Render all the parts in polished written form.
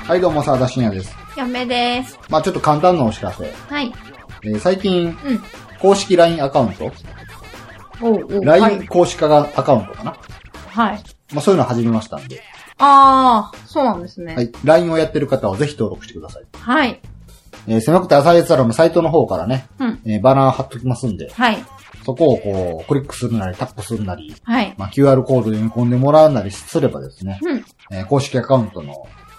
はい、どうも、沢田信也です。 嫁です。 まあちょっと簡単なお知らせ。 はい。 最近、公式 LINE アカウント、LINE 公式アカウントかな。 はい。 まあそういうの始めましたんで。 ああ、そうなんですね。 はい。LINE をやってる方はぜひ登録してください。 はい。 狭くて浅いやつらのサイトの方からね、バナー貼っときますんで。 はい。 そこをこう、クリックするなり、タップするなり、 はい。 まあ QR コードで読み込んでもらうなりすればですね、公式アカウントの、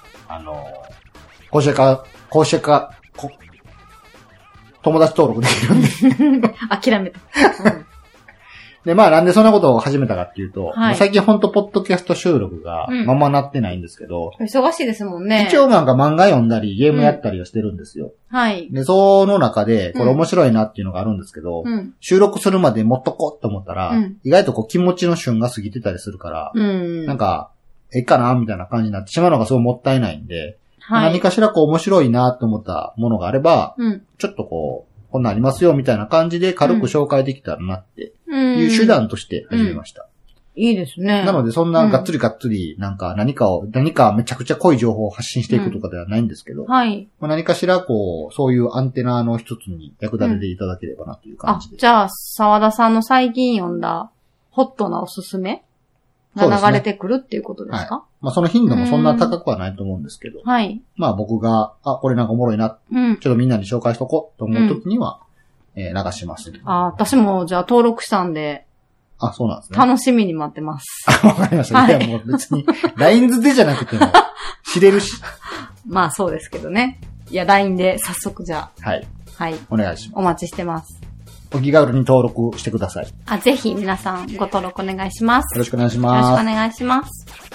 友達登録できるんで。 諦めた。 で、まあなんでそんなことを始めたかっていうと、 はい、 最近ほんとポッドキャスト収録がまんまなってないんですけど、 忙しいですもんね。 一応なんか漫画読んだりゲームやったりをしてるんですよ。 はい。 で、その中でこれ面白いなっていうのがあるんですけど、収録するまで持っとこうと思ったら、意外とこう気持ちの旬が過ぎてたりするから、なんか、いかなみたいな感じになってしまうのがすごいもったいないんで、何かしらこう面白いなと思ったものがあれば、ちょっとこう、こんなんありますよみたいな感じで軽く紹介できたらなっていう手段として始めました。 いいですね。 なのでそんながっつりなんか何かめちゃくちゃ濃い情報を発信していくとかではないんですけど、はい。何かしらこう、そういうアンテナの一つに役立てていただければなという感じで。 じゃあ、沢田さんの最近読んだホットなおすすめが流れてくるっていうことですか？ はい。まあその頻度もそんな高くはないと思うんですけど。はい。まあ僕が、これなんかおもろいな。ちょっとみんなに紹介しとこうと思うときには、流します。 私もじゃあ登録したんで。 そうなんですね。 楽しみに待ってます。 わかりました。はい。いやもう別に、LINE 図でじゃなくても、知れるし。 まあそうですけどね。いや、LINE で早速じゃあ。はい。はい。 お願いします。 お待ちしてます。 お気軽に登録してください。 ぜひ皆さんご登録お願いします。 よろしくお願いします。 よろしくお願いします。